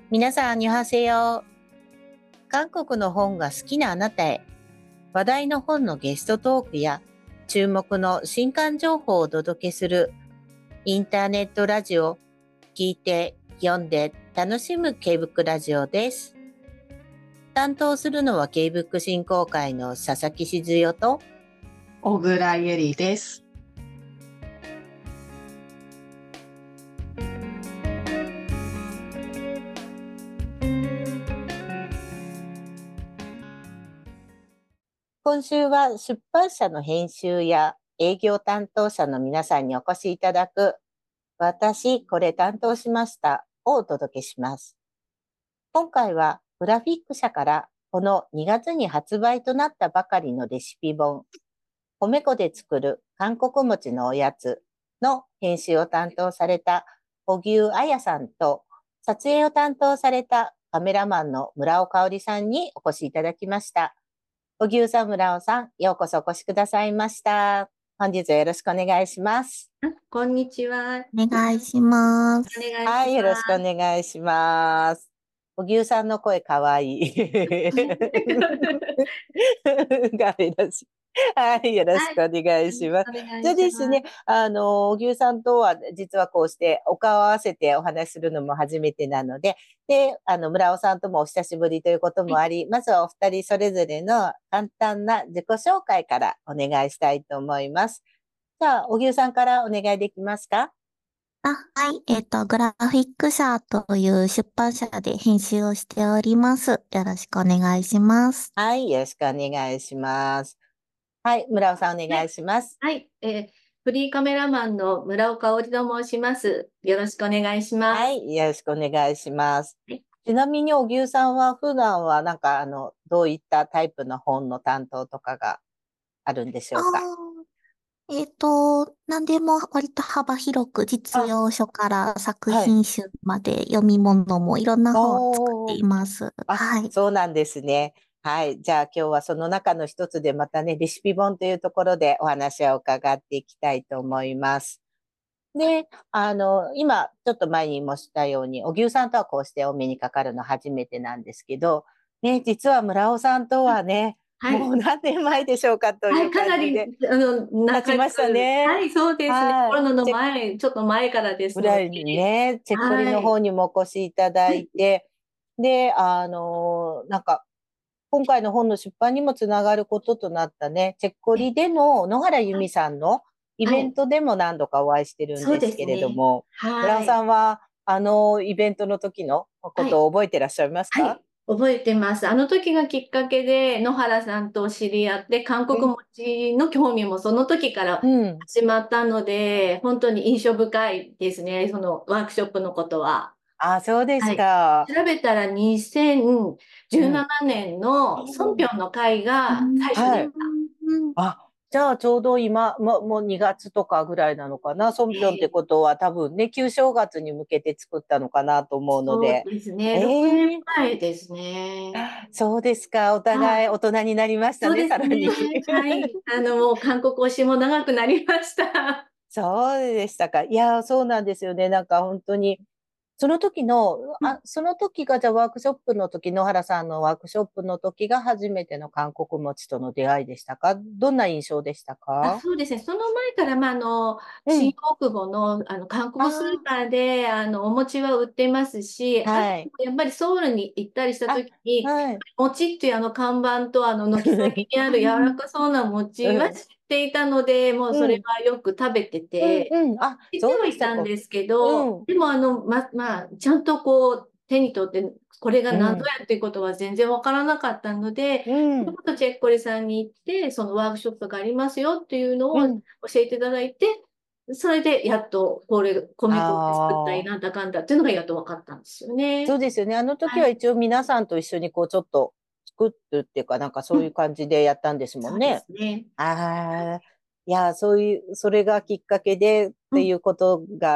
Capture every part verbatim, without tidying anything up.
皆さん、アンニョハセヨ。韓国の本が好きなあなたへ、話題の本のゲストトークや注目の新刊情報をお届けするインターネットラジオ、聞いて読んで楽しむ K-ブック ラジオです。担当するのは K-ブック 振興会の佐々木静代と小倉ゆりです。 今週は出版社の編集や営業担当者の皆さんにお越しいただく私これ担当しましたをお届けします。今回はグラフィック社からこのにがつに発売となったばかりのレシピ本、米粉で作る韓国餅のおやつの編集を担当された荻生彩さんと、撮影を担当されたカメラマンの村尾香織さんにお越しいただきました。荻生さん、村尾さん、ようこそお越しくださいました。本日はよろしくお願いします。 こんにちは。 お願いします。 お願いします。 はい、よろしくお願いします。荻生さんの声かわいい。がめだし。はい、よろしくお願いします。 はい、 そうですね、あの、荻生さんとは実はこうしてお顔を合わせてお話しするのも初めてなので、で、あの、村尾さんともお久しぶりということもあり、はい、まずはお二人それぞれの簡単な自己紹介からお願いしたいと思います。じゃあ、荻生さんからお願いできますか？ あ、はい。えっと、グラフィック社という出版社で編集をしております。よろしくお願いします。 はい。よろしくお願いします。はい。村尾さんお願いします。 はい。はい、えー、フリーカメラマンの村尾香織と申します。よろしくお願いします。 はい。よろしくお願いします。はい、ちなみに荻生さんは普段はなんかあの、どういったタイプの本の担当とかがあるんでしょうか？ えっと、何でも割と幅広く実用書から作品集まで読み物もいろんな本を作っています。 はい。そうなんですね。はい。じゃあ今日はその中の一つでまたね、レシピ本というところでお話を伺っていきたいと思います。で、あの、今ちょっと前にもしたように、荻生さんとはこうしてお目にかかるの初めてなんですけど、ね、実は村尾さんとはね、はい、もう何年前でしょうかという感じで。はい、 かなり、あの、 経ちましたね。 はい、そうですね。コロナの前、ちょっと前からですぐらいにね、チェッコリの方にもお越しいただいて、はい、で、あの、なんか、今回の本の出版にもつながることとなったね、チェッコリでの野原由美さんのイベントでも何度かお会いしてるんですけれども、はい、村尾さんは、あのイベントの時のことを覚えてらっしゃいますか？はいはい、 覚えてます。あの時がきっかけで野原さんと知り合って、韓国餅の興味もその時から始まったので、うん、本当に印象深いですね、そのワークショップのことは。 あ、そうですか。 はい、調べたらにせんじゅうななねんのソンピョンの会が最初でした。 うんはい、あ、じゃあちょうど今、ももうにがつとかぐらいなのかな。ソンピョンってことは多分ね、旧正月に向けて作ったのかなと思うので。 そうですね。えー、ろくねんまえですね。 そうですか。お互い大人になりましたね、ねさらに。はい。 あの、もう韓国推しも長くなりました。 そうでしたか。いや、そうなんですよね。なんか本当に。その時の、あ、その時がじゃあワークショップの時、野原さんのワークショップの時が初めての韓国餅との出会いでしたか？どんな印象でしたか？ あ、そうですね。その前から、まあ、あの、新大久保の、あの、韓国スーパーで、あの、お餅は売ってますし、はい、やっぱりソウルに行ったりした時に、はい、餅っていうあの看板と、あの、軒先にある柔らかそうな餅は知っていたので、もうそれはよく食べてて、 うんうん、あ、 知ってはいたんですけど、うん、でも、あの、ま、まあ、ちゃんとこう、手に取って、これが何ぞやっていうことは全然わからなかったので、うん、チェッコリさんに行って、そのワークショップがありますよっていうのを教えていただいて、うん、それでやっと、これ、米粉で作ったりなんだかんだっていうのがやっと分かったんですよね。 そうですよね。あの時は一応皆さんと一緒にこう、ちょっと作るっていうか、なんかそういう感じでやったんですもんね。 そうですね。 ああ、いや、そういう、それがきっかけでっていうことが、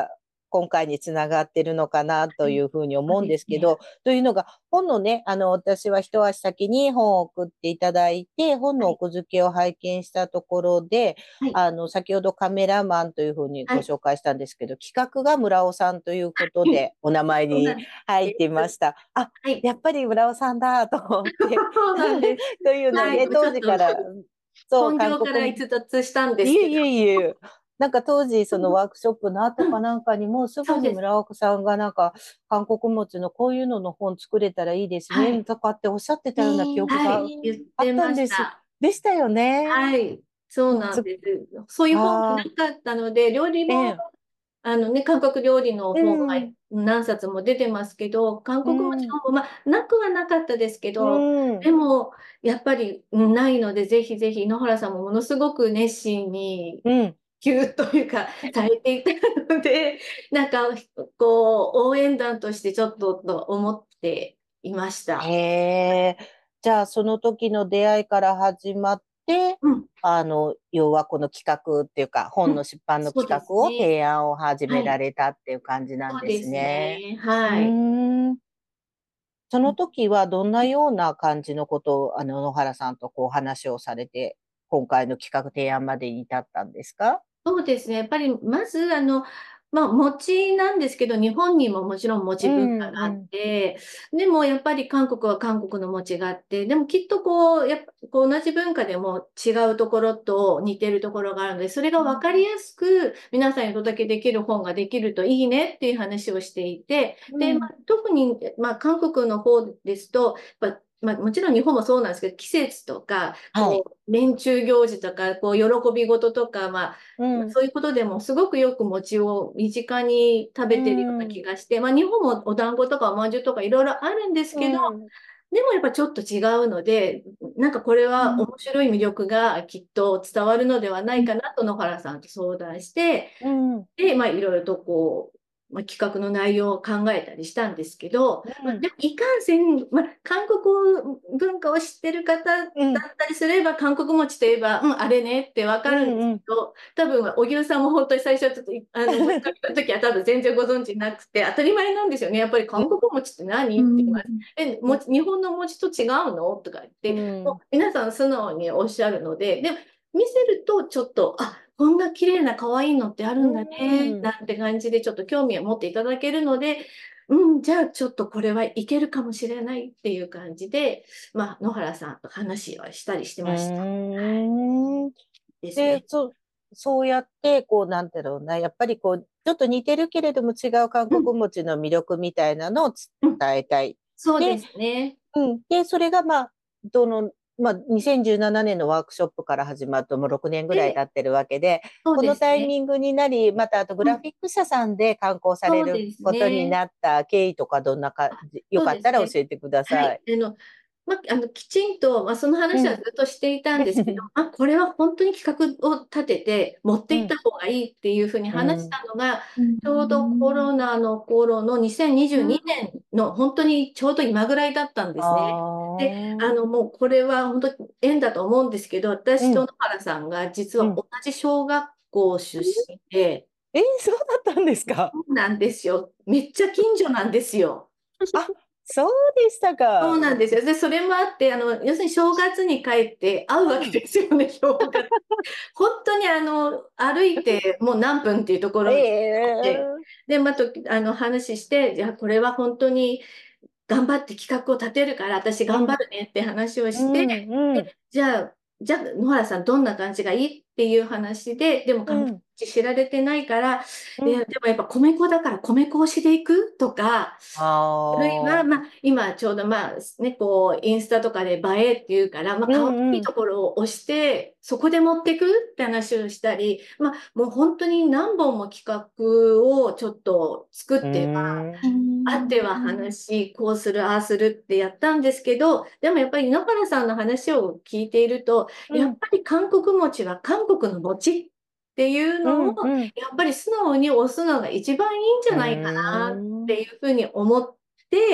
今回につながってるのかなというふうに思うんですけど、 ね、 というのが、本のね、あの、私は一足先に本を送っていただいて、本の奥付けを拝見したところで、 はい、 あの、先ほどカメラマンというふうにごはい、 紹介したんですけど、企画が村尾さんということで、お名前に入っていました。あ、 はい、 やっぱり村尾さんだと思って、 そうなんです。 というのをはい、 ね、当ちょっと時から、そう、 本業から韓国、 逸脱したんですけど。 いえいえいえ、なんか当時、そのワークショップの後うん、 かなんかにも、すぐにそうです。 村岡さんがなんか、韓国餅のこういうのの本作れたらいいですね、 はい、 とかっておっしゃってえたような記憶はい、 が言っー、 あってまたんです。 した。 でしたよね。 はい、そうなんつです。そういう本がなああ、 かったので、料理えも、 え、 あのね、韓国料理のう本はん、 何冊も出てますけど、韓国餅うん、 の本も、まあ、なくはなかったですけうど、でん、 も、やっぱりうんないので、ぜひぜひ、井ノ原さんもものすごく熱心に、 うん。 急というか、されていたので、なんか、こう、応援団としてちょっとと思っていましへた。 え。じゃあ、その時の出会いから始まって、 うん、 あの、要はこの企画っていうか、 うん、 本の出版のそうで企画をすね。 提案を始めらはい。 れたっていう感じなんですそうですね。 ね。 うはい。 ーん。その時はどんなような感じのことを、あの、野原さんとこう話をされて、今回の企画提案までに至ったんですか？ そうですね。やっぱり、まず、あの、まあ、餅なんですけど、日本にももちろんう餅文化があっん、 て、でもやっぱり韓国は韓国の餅があって、でもきっとこう、やっぱこう同じ文化でも違うところと似てるところがあるので、それが分かりやすく皆さんにお届けできる本ができるといいねっていう話をしていて、で、まうん、 あ、特に、まあ、韓国の方ですと、やっぱまあ、もちろん日本もそうなんですけど、季節とか、 はい。 こう、年中行事とか、こう、喜び事とか、まあ、 うん、 そういうことでもすごくよく餅を身近に食うべてるような気ん、 がして、まあ、日本もお団子とかおまんじゅうとかいろいろあるんですうけど、 ん、 でもやっぱちょっと違うので、なんかこれは面白い魅力がきっと伝わるのではないかなと野原さんと相談して、 うん、うん、 で、まあ、いろいろとこう、まあ、企画の内容を考えたりしたんですけど、まあ、でもいかんせん、まあ、韓国文化を知ってる方だっうん、 たりすれば、韓国餅といえば、うん、あれねってわかるんですうん、 けど、多分、小木さんも本当に最初はちょっと、あの、ご一緒した時は多分全然ご存知なくて、当たり前なんですよね。やっぱり韓国餅って何って言います。え、 うん、 もち日本の餅と違うのとか言って、もううん、 皆さん素直におっしゃるので、でも見せるとちょっと、あ、こんな綺麗な可愛いのってあるんだね、 うん。 なんて感じでちょっと興味を持っていただけるので、うん、じゃあちょっとこれはいけるかもしれないっていう感じで、まあ、野原さんと話をしたりしてうましたーん。で、 ですね。 そ、そうやって、こう、なんていうのな、やっぱりこう、ちょっと似てるけれども違う韓うん、 国餅の魅力みたいなのをうん、 伝えたい。で、 そうですね。 うん。で、それが、まあ、どの、まあ、にせんじゅうななねんのワークショップから始まるともうろくねんぐらいで、 経ってるわけで、 そうこのですね。 タイミングになり、またあとグうん、 ラフィック社さんで刊行されるそうですことにね。 なった経緯とかどんなか、よそうかっですね。 たら教えてくだはい。 さい。 あの、まあ、あの、きちんと、まあ、そのうん。 話はずっとしていたんですけど、あ、これは本当に企画を立てて持ってうん。 いった方がいいっていうふうに話しうん。 たのが、 うちょうどコん。 ロナの頃のにせんにじゅうにねんの本当にちょうど今ぐらいだったんであすね。で、あの、 あ。 もうこれは本当に縁だと思うんですけど、 うん。 私と野原さんが実うん。 は同じ小学校出身で、 えー、そうだったんですか？ そうなんですよ。めっちゃ近所なんですよ。 あ、そうでしたそうか。 なんですよ。で、それもあって、あの、要するに正月に帰って会うわけうん。 ですよね、正月。本当にあの、歩いてもう何分っていうところで、 ええで、また、あの、話して、じゃあこれは本当に頑張って企画を立てるから、私うん。 頑張るねって話をうして、 ん。うん。 で、じゃあ、じゃあ、野原さんどんな感じがいいっていう話で、でもう韓国ん。 知られてないから、 うん。 いや、でもやっぱ米粉だから米粉推しでいくとか、 ああるいは、 あ。 まあ、今ちょうど、まあね、こうインスタとかで映えっていうから、まあ、 う可愛いんうん。 ところを押してそこで持っていくって話をしたり、まあ、もう本当に何本も企画をちょっと作うってーん。 あっては話、こうする、ああするってやったんですけど、でもやっぱり野原さんの話を聞いていると、 うん。 やっぱり韓国餅は韓国の餅っていううのを、 ん。うん。 やっぱり素直に押すのが一番いいんじうゃないかなっーん。 ていうふうに思って、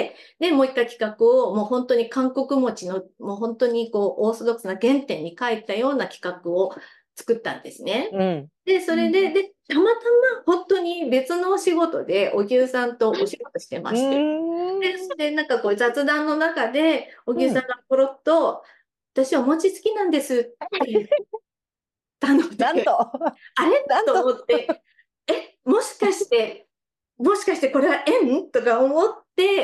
で、もう一回企画をもう本当に韓国餅の、もう本当にこう、オーソドックスな原点に書いたような企画を作ったんですね。 うん。 で、それで、で、 たまたま本当に別のお仕事で、荻生さんとお仕事してまして。で、それでなんかこう雑談の中で、荻生さんがポロッと、私お餅好きなんですって言ったので、 なんと、 あれなんとと思って、え、もしかして、もしかしてこれは縁とか思って、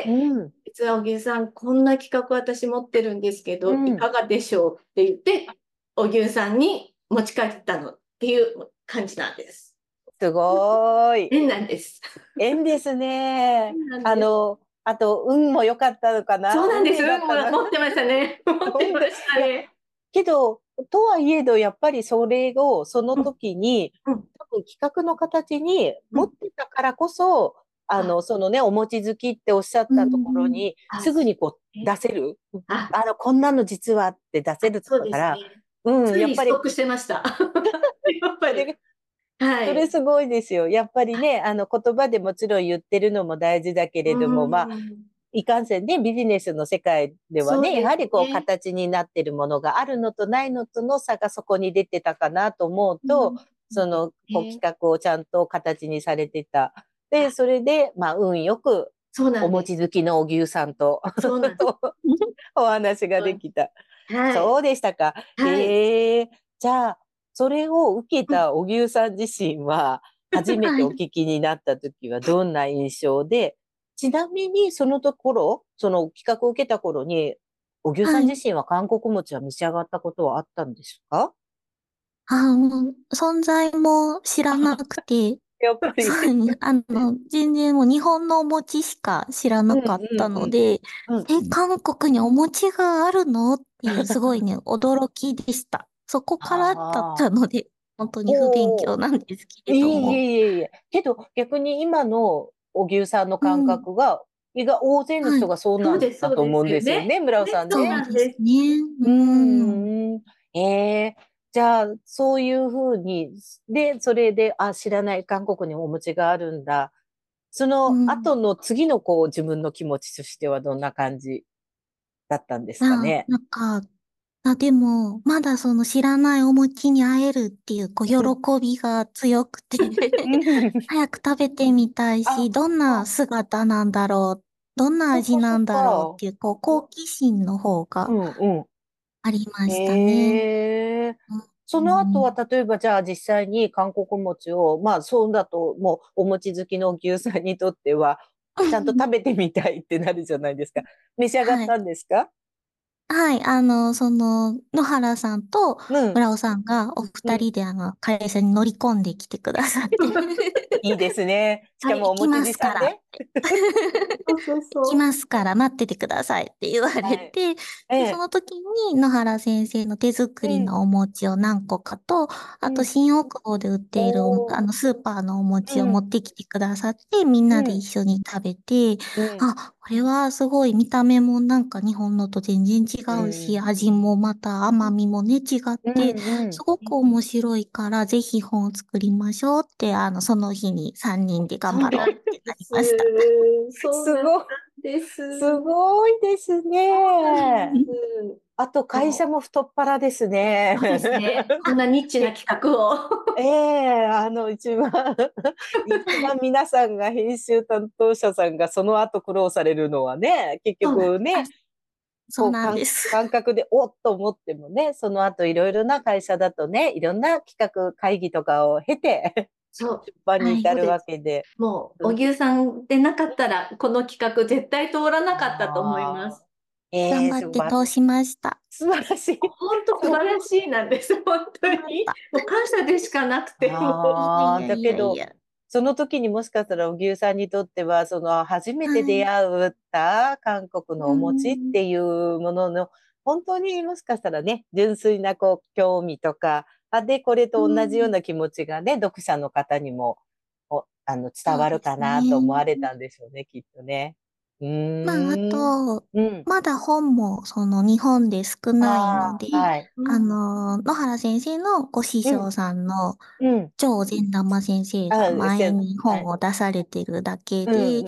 うん、 実は荻生さん、こんな企画私持ってるんですけど、 うんいかがでしょうって言って、荻生さんに持ち帰ったのっていう感じなんです。 すごい。 縁なんです。 縁ですね。 縁なんです。 あの、あと、運も良かったのかな。運そうなんです。運も命だったの。 持ってましたね。持ってましたいや、 ね。 けど、とはいえど、やっぱりそれを、そのうん、 時に、 うん、 多分企画の形にうん。 持ってたからこそ、ああ、 の、そのね、お餅好きっておっしゃっうんたところうん。 に、 あ、 すぐにこう、 え、 出せる。 あ、 あの、こんなの実はって出せあ、 るそうから、 ですね。 うん、 常やっぱり、 にストックしてました。やっぱり。 それはい。 それすごいですよ。やっぱりね、あの言葉でもちろん言ってるのも大事だけうれども、まあ、 ん。 いかんせんね、ビジネスの世界ではね、やそうですはりこうね。 形になってるものがあるのとないのとの差がそこに出てたかなと思うと、 うん。 そのこう企ね、 画をちゃんと形にされてた。で、それで、まあ、運よくそうなんです。 お餅好きの荻生さんとそうなんです。 お話ができた。 はい。 そうでしたか。 はい。 へえ。じゃあ、それを受けうん、 た荻生さん自身は、初めはい。 てお聞きになった時はどんな印象で、ちなみにそのところ、その企画を受けた頃に、荻生さはい。 ん自身は韓国餅は召し上がったことはあったんですか？ あ、もう、存在も知らなくて、 やっぱり。 そうね、あの、全然もう日本のお餅しか知らうんなかったうんので、 うん。うん。 え、韓国にお餅があるのっていうすごいね、驚きでした。そこからだっああ。 たので、本当に不勉強おー。 なんですけれいえいども。 えいえいえ。けど逆に今の荻生さんの感うん。 覚が、意外、大勢のはい。 人がそうなんそうです、そうでだと思うんすよね。 ですよね、村尾ね、 さんそうね。 そうですなんです。 ね。ううん。 ーん。ええ、じゃあ、そういうふうに、で、それで、あ、知らない、韓国にお餅があるんだ。そのうん。 後の次のこう、自分の気持ちとしてはどんな感じだったんですかあ、 ね。 なんか、あ、でも、まだその知らないお餅に会えるっていう、こう、喜びが強くて早く食べてみたいあ、 し、どんな姿なんだろう、どんなそっかそっ味なんだろうっか。 ていう、こう、好奇心の方がうんうん。 ありましたね。 へえ。 うその後は、 ん。 例えば、じゃあ実際に韓国餅を、まあ、そうだと、もう、お餅好きの牛さんにとっては、ちゃんと食べてみたいってなるじゃないですか。召し上がっはい。 たんですか？ はい。あの、その、野原さんとうん、 村尾さんがおうん。 二人であの、会社に乗り込んできてくださっていいですね。しはい、 かもお行き餅子ますから。 さんで。 そうそう行きそますから待っててくださいって言わはい。 れて、で、そええ、 の時に野原先生の手作うん、 りのお餅を何個かと、あとうん。 新大久保で売っているおあおー、 のスーパーのお餅をうん、 持ってきてくださって、みんなで一うん、 緒に食べて、 うん、 あ、これはすごい見た目もなんか日本のと全然違ううし、 ん、 味もまた甘みもね違っうて、 ん、うん。 すごく面白いから、ぜひ本を作りましょうって、あの、その日にさんにんで頑張ろうそうなんってなりです。 ました。 そうだっすごい、 たんです。 すごいですそうなんでね。 す。 あと会社そう、 も太っ腹ですね。 そうですね。こんなニッチなえ企画を。 ええ、あの、一番、一番皆さんが編集担当者さんがその後苦労されるのはね、結そうなんです。 あ、 局ね、 そうこう感、 なんです。 感覚でおっと思ってもね、その後いろいろな会社だとね、いろんな企画会議とかを経て、 そう、 出版にはい。 至るそうです。 わけで。 もう、 うん、 荻生さんでなかったら、この企画絶対通らなかったと思いまああ、 す。 ええ、 頑張っすば、 て通しました。 素晴らしい。 本当素そう。 晴らしいなんです。本当に。 頑張った。 もう感謝でしかなくて、もう。 いやいああ、 やだけど、 いやいや。 その時にもしかしたら、荻生さんにとっては、その、初めはて出い。 会った韓国うのお餅っん。 ていうものの、本当にもしかしたらね、純粋なこう、興味とか、あ、で、これうと同じようん。 な気持ちがね、読者の方にも、お、あの、伝わるかそうですなと思われね。 たんでしょうね、きっとね。うまあ、あーん。 と、 うん。 まだ本もその日本で少ないので、 ああ、はい。 あうん、 の、野原先生のご師うん、 匠さんのうん。 超善玉先生があ、せ、 前にはい。 本を出されてるだけうん、 で、 うん。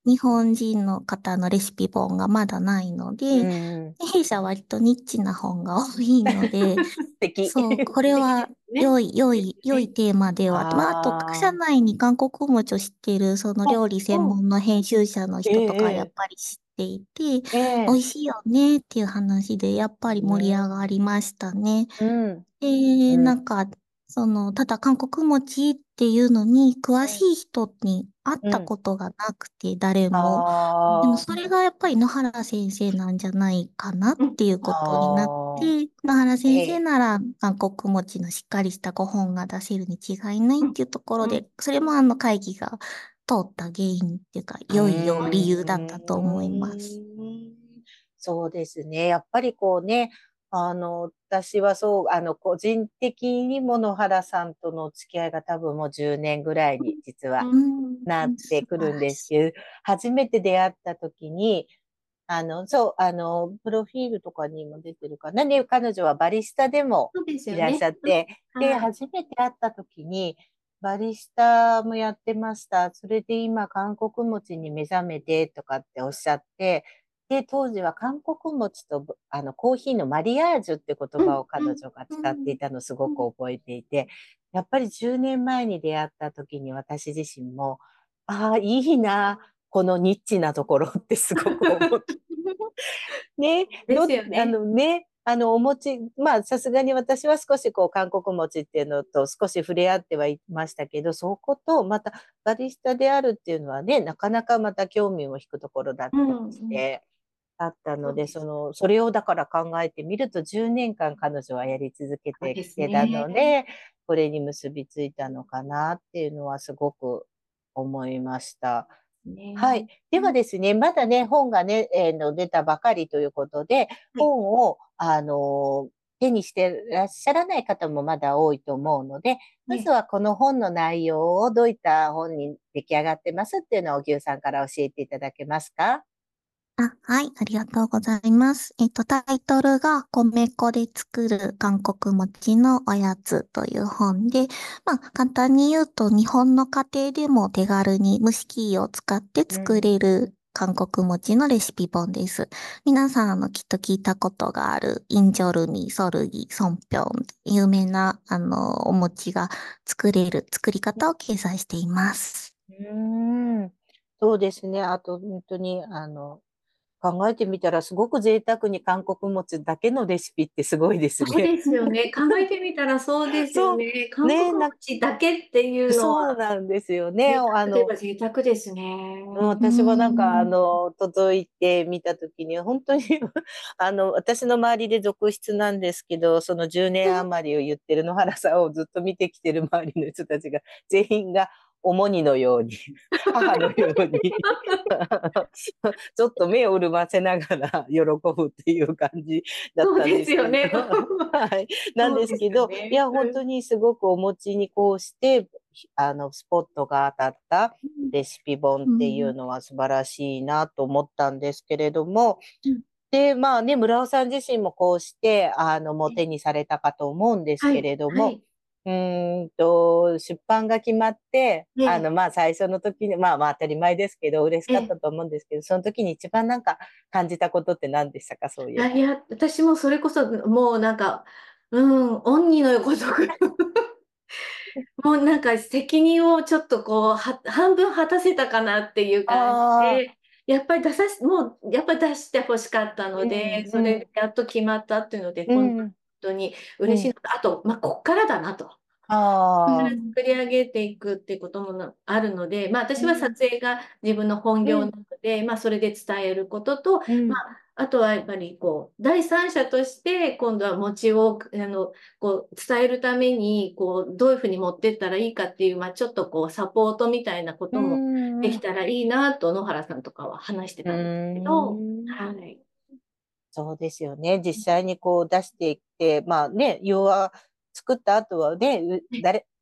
日本人の方のレシピ本がまだないので、 うん、 弊社は割とニッチな本が多いので、 素敵。 そう、これは良い、良い、良いテーマでは、まあ、あと、社あ内に韓国餅を知っている、そのあ、 料理専うん、 門の編集者のえ人とか、やっえ、 ぱり知っていて、 ええ、 美味しいよねっていう話で、やっぱりうん、 盛り上がりましたね。 うん、 で、 うん、 なんか、その、ただ韓国餅っていうのに詳しい人に会ったうん、 ことがなくて、誰も。でもあそれがやっぱり野原先生なんじゃないかなっうん。 ていうあ、 ことになっああ、 て、野原先生ええ、 なら韓国餅のしっかりしたご本が出せるに違いないうん。 っていうところうん。 で、それもあの会議が通った原因っていうか、 う良いよ理由だっーたと思います。 ん、そうですね。やっぱりこうね、あの、私はそう、あの、個人的にも野原さんとのお付き合いが多分もうじゅうねんぐらいに実はうん。 うん、 なって素くるん晴らしい。 ですけど、初めて出会った時に、あの、そう、あの、プロフィールとかにも出てるかなね、彼女はバリスタでもそうですいらっしよね。 ゃって、で、 はい。 初めて会った時に、バリスタもやってました。それで今、韓国餅に目覚めてとかっておっしゃって、で、当時は韓国餅とあのコーヒーのマリアージュって言うん。 葉を彼うん。 女が使ってうん、 いたのをすごく覚えていて、やっぱりじゅうねんまえに出会った時に私自身も、ああ、いいな、このニッチなところってすごく思って、ね、 でど、あすよね。 のね、あの、お餅、まあ、さすがに私は少しこう、韓国餅っていうのと少し触れ合ってはいましたけど、そこと、また、バリスタであるっていうのはね、なかなかまた興味を引くところだったりうん。うん。 して、あったので、 そうです。 その、それをだから考えてみると、じゅうねんかん彼女はやり続けそうですてきてたのね。 で、これに結びついたのかなっていうのはすごく思いました。はい。 ね。 ではですね、まだね、本がね、えーの出たばかりということで、 はい。 本を、あの、手にしてらっしゃらない方もまだ多いと思うので、まずね。 はこの本の内容をどういった本に出来上がってますっていうのを、牛さんから教えていただけますか？ あ、はい、ありがとうございます。えっと、タイトルが、米粉で作る韓国餅のおやつという本で、まあ、簡単に言うと、日本の家庭でも手軽に蒸し器を使って作うん。 れる韓国餅のレシピ本です。皆さん、あの、きっと聞いたことがある、インジョルミ、ソルギ、ソンピョン、有名な、あの、お餅が作れる作り方を掲載しています。 うーん。そうですね。あと、本当に、あの、考えてみたら、すごく贅沢に韓国餅だけのレシピってすごいですね。 そうですよね。考えてみたらそうですよそう。 ね。韓国ね、な、 餅だけっていうのは、 そうなんですよね。 贅沢といえあの、 ば贅沢ですね。 うんうー私はなんか、あん。 の、届いてみたときに、本当にあの、私の周りで続出なんですけど、そのじゅうねん余りを言ってる野原さんをずっと見てきてる周りの人たちが、全員が重荷のように、母のようにちょっと目を潤ませながら喜ぶっていう感じだっそうでたんですけど、 すよね。 はい。なんそうですですけど、いよね。 や、本当にすごくお餅にこうして、あの、スポットが当たったレシピ本っていううん。 のは素晴らしいなと思ったんですけれども、 うん。 で、まあね、村尾さん自身もこうして、あの、もう手にされたかと思うんですけはい。 れども、 はい。 うーんと、出版が決まって、あねの、まあ、最初の時に、まあまあ当たり前ですけど、嬉しかっえ、 たと思うんですけど、その時に一番なんか感じたことって何でしたか、そういえば。 いやいや、私もそれこそ、もうなんか、うん、恩義のごとく、もうなんか責任をちょっとこう、は、半分果たせたかなっていう感じああ、 で、やっぱり出さし、もう、やっぱり出してほしかったのうで、 ん、 それでうん、 やっと決まったっていうので、本うん、 当にうん。 嬉しいのと。あと、まあ、こっからだなと。 ああ、 作り上げていくっていうこともなあるので、まあ、私は撮うん、 影が自分の本業なうん、 ので、まあ、それで伝えることと、まうん、 あ、あとはやっぱりこう第三者として今度は餅をあのこう伝えるためにこうどういうふうに持ってったらいいかっていう、まあ、ちょっとこうサポートみたいなこうともでん、うきたらいいなと野原さんとかは話してーたんですけど、はん。 い。 そうですよね。実際にこう出していって、まあね、要は作った後はね、う誰、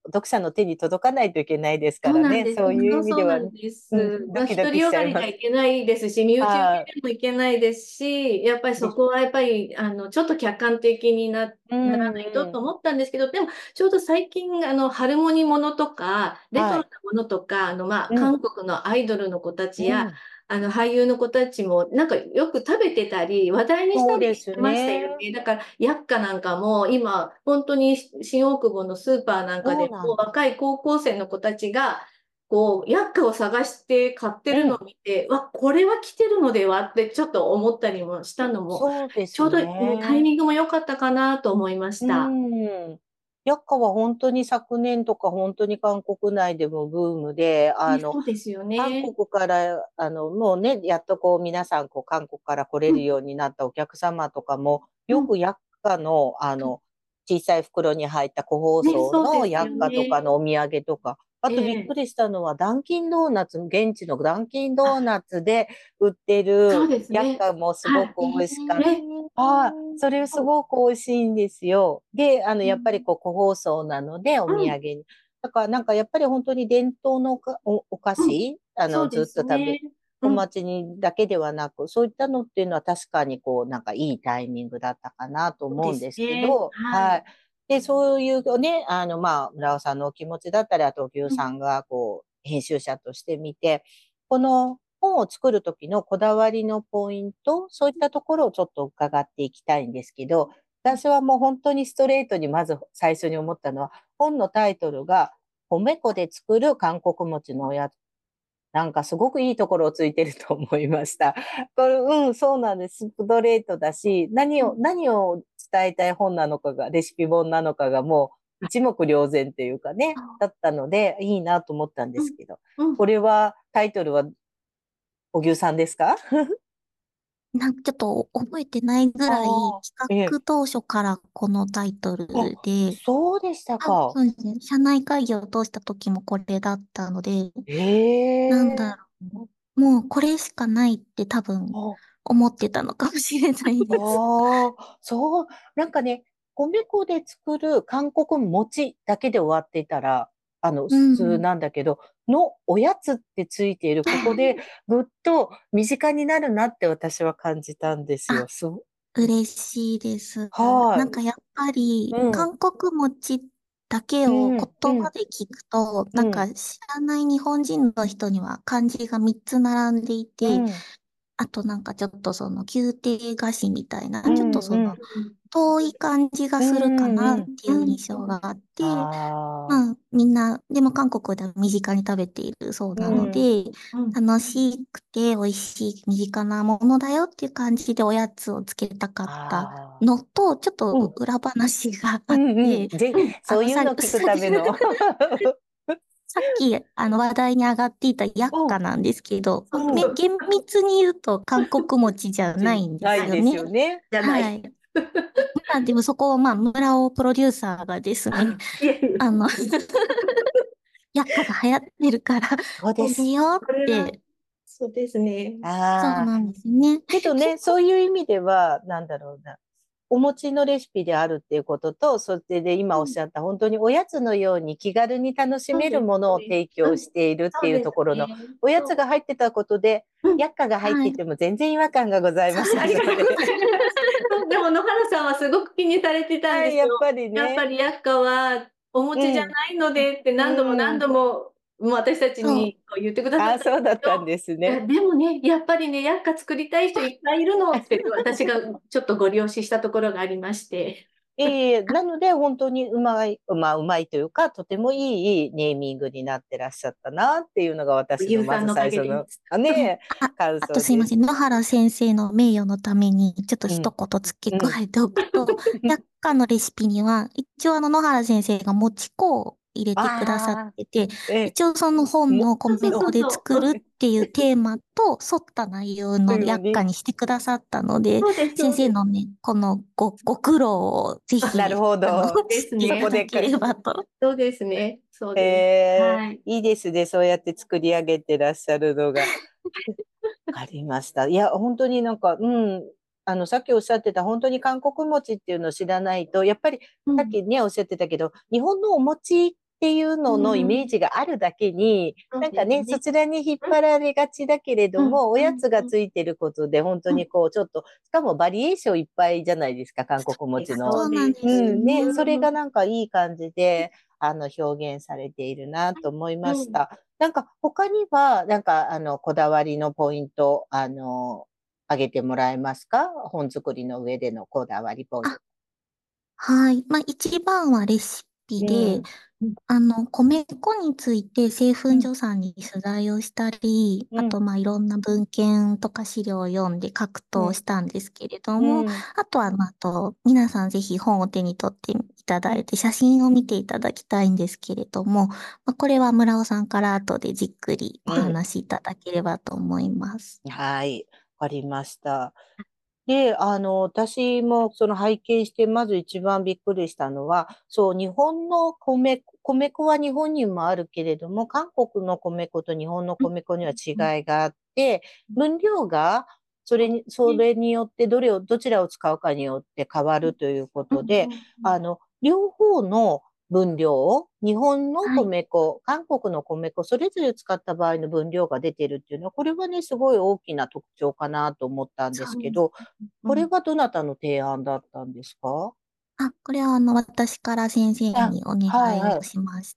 読者の手に届かないといけないですそからね。 うなんです。 そういう意味そうなでは、ね、 んです。 うん、 まあ、 ドキド独りよがキしちゃいます。 りがいけないですし、身内受はけでもいけないですし、やっぱりい。 そこはやっぱり、あの、ちょっと客観的にな、 うならないとん、うん。 と思ったんですけど、でも、ちょうど最近、あの、ハルモニーものとか、レトはい。 ロなものとか、あの、まあ、 うん、 韓国のアイドルの子たちや、 うん。 あの、俳優の子たちも、なんかよく食べてたり、話題にしたりそうですしてましたね。 よね。だから、薬価なんかも、今、本当に新大久保のスーパーなんかでも、 そうなんです。 若い高校生の子たちが、こう、薬価を探して買ってるのうん。 を見て、わ、これは来てるのではってちょっと思ったりもしたのも、 そうですちょうど、うんタイね。 ミングも良かったかなと思いましうた。 ん。薬価は本当に昨年とか本当に韓国内でもブームで、あね、 の、 そうですよね。 韓国から、あの、もうね、やっとこう皆さん、こう韓国から来れうん、 るようになったお客様とかも、 うん。 よく薬価の、あの、小さい袋に入った個包ね、 装そうですよの薬価とかね。 のお土産とか、あとびっくええりしたのは、ダンキンドーナツ、現地のダンキンドーあ、 ナツで売ってそうるですね。 薬価もすごくはい。 美味しかった。 え、 はい、それすそごく美味しいんですよ。で、あの、 う。 やっぱりこう、個包装なので、おうん、 土産に。だからなんかやっぱり本当に伝統のおかお、お菓うん。 子、あの、 そうでずっと食べ、 すね。 おうん、 待ちにだけではなく、そういったのっていうのは確かにこう、なんかいいタイミングだったかなとそうで思うんですけすね。 ど、 はい。 はい。で、そういうね、あの、まあ、村尾さんのお気持ちだったり、あと、牛うん、 さんがこう、編集者として見て、この本を作る時のこだわりのポイント、そういったところをちょっと伺っていきたいんですけど、私はもう本当にストレートにまず最初に思ったのは、本のタイトルが、米粉で作る韓国餅のおやつ。なんかすごくいいところをついてると思いました。これ、うん、そうなんです。ストレートだし、何を、 うん。 何を伝えたい本なのかが、レシピ本なのかがもう一目瞭然っていうかね、だったので、いいなと思ったんでうん、 すけど。 うん。 これは、タイトルは、お牛さんですか？ なんかちょっと覚えてないぐらいああ、ええ。 企画当初からこのタイトルあ、 で、 そうでしたあ、 か。 そうですね。社内会議を通した時もこれだったので、なんだええ。 ろう。もうこれしかないって多分あ思ってたのかもしれないです。 ああ、そう、なんかね、米粉で作る韓国餅だけで終わっていたら、あの、 う普通ん。 なんだけど、のおやつってついている、ここでぐっと身近になるなって私は感じたんですよ。 あ、 そう。 嬉しいです。 はい。 なんかやっぱり、 うん、 韓国餅だけを言うん、うん、 葉で聞くと、なんかうん、 知らない日本人の人には漢字がみっつ並んでいて、 うん、 あとなんかちょっとその宮廷菓子みたいな、ちょっとうん、 そのうん、 遠い感じがうするかなん、うん。 っていう印象があって、 ああ、 まあみんな、でも韓国では身近に食べているそうなのうん、 で、 うん。 楽しくて美味しい身近なものだよっていう感じでおやつをつけたかったああ、 のと、ちょっとうん、 裏話があうん、うって、 ん。ぜ、 うんあのさ、 そういうの聞くさ、 ための。 さっきあの話題に上がっていた薬うん、 価なんですけど、ね、 うん。 厳密に言うと韓国餅じゃないんでないですすよね。 よね。 じゃない。 はい。まあでもそこをまあ村尾プロデューサーがですね、 いえいえ、 あの、薬価が流行ってるからそうです。 食べようこれは、 って、 そうですね。 そうああ、 なんですね。 けどね、そういう意味では、なんだろうな。お餅のレシピであるっていうことと、それで今おっしゃった本当におやつのように気軽に楽しめるそうですものをね。 提供うん、 しているっていうそうですところの、 ね。 おやつそう。 が入ってたことで、 うん、 薬価が入っはい。 ていても全然違和感がございませありがとうございんので。 ます。そうでも野原さんはすごく気にされてたんはい、 ですよ。 やっぱりやっぱね。 り薬価はおう餅じゃん、 ないのでって何度も何うん。 度も、もう私たちそう。 に言ってくださああ、 ったんですそうだったんけど、 ですね。 いやでもね、やっぱりね、薬価作りたい人いっぱいいるのって私がちょっとご了承したところがありまして。 ええ、なので、本当にうまい、まあ、うまいというか、とてもいいネーミングになってらっしゃったなっていうのが私のまずゆうさんのおか最初の、 げです。 あね、 あ、 感あと想です。 すいません。野原先生の名誉のために、ちょっとうん、 一言付けうん。 加えておくと、百科のレシピには、一応あの野原先生がもち粉を入れてくださっああ、 てて、 ええ、 一応その本も、 のそうそう米粉でそうそう。 作るっていうテーマと沿った内容の薬価ように。 にしてくださったので、 そうです、そ先うです。 生のね、このご、ご苦労をぜなるひ、あの、 ほど。 知っていですね。 そこでか、 ただければと。 そうですね。そうえです。 え、 はい。 いいですね。そうやって作り上げてらっしゃるのが。わかりました。いや、本当になんか、うん、あの、さっきおっしゃってた、本当に韓国餅っていうのを知らないと、やっぱり、 うん。 さっきね、おっしゃってたけど、日本のお餅っっていうののイメージがあるだけに、 うん、 なんかね、 そそちらに引っ張られがちだけれども、 うん、 おやつがついてることで、本当にこう、ちょっと、しかもバリエーションいっぱいじゃないですか、韓国餅の。 そうなんですようんね、 ね。 それがなんかいい感じで、あの、表現されているなと思いましうん、 た。なんか、他には、なんか、あの、こだわりのポイント、あの、挙げてもらえますか？本作りの上でのこだわりポイント。 あ、はい。まあ、一番はレシピで、 うん。 あの、米粉について製粉うん。 所さんに取材をしたり、あと、 うん。 まあ、いろんな文献とか資料を読んで格うん。 闘したんですけれどうも、 ん。 あとは、まあ、あと、皆さんぜひ本を手に取っていたうん。 だいて、写真を見ていただきたいんですけれども、まあ、これは村尾さんから後でじっくりおうん話しいただければと思います。 はい。わかりました。で、あの、私もその拝見して、まず一番びっくりしたのは、そう、日本の米、米粉は日本にもあるけれども、韓国の米粉と日本の米粉には違いがあって、分量が、それに、それによってどれを、どちらを使うかによって変わるということで、あの、両方の分量を、日本のはい。 米粉、韓国の米粉、それぞれ使った場合の分量が出てるっていうのは、これはね、すごい大きな特徴かなと思ったんでそうです。 すけど、これうん。 はどなたの提案だったんですか？ あ、これはあの、私から先生あ、 にお願はい、 いをはい。 しました。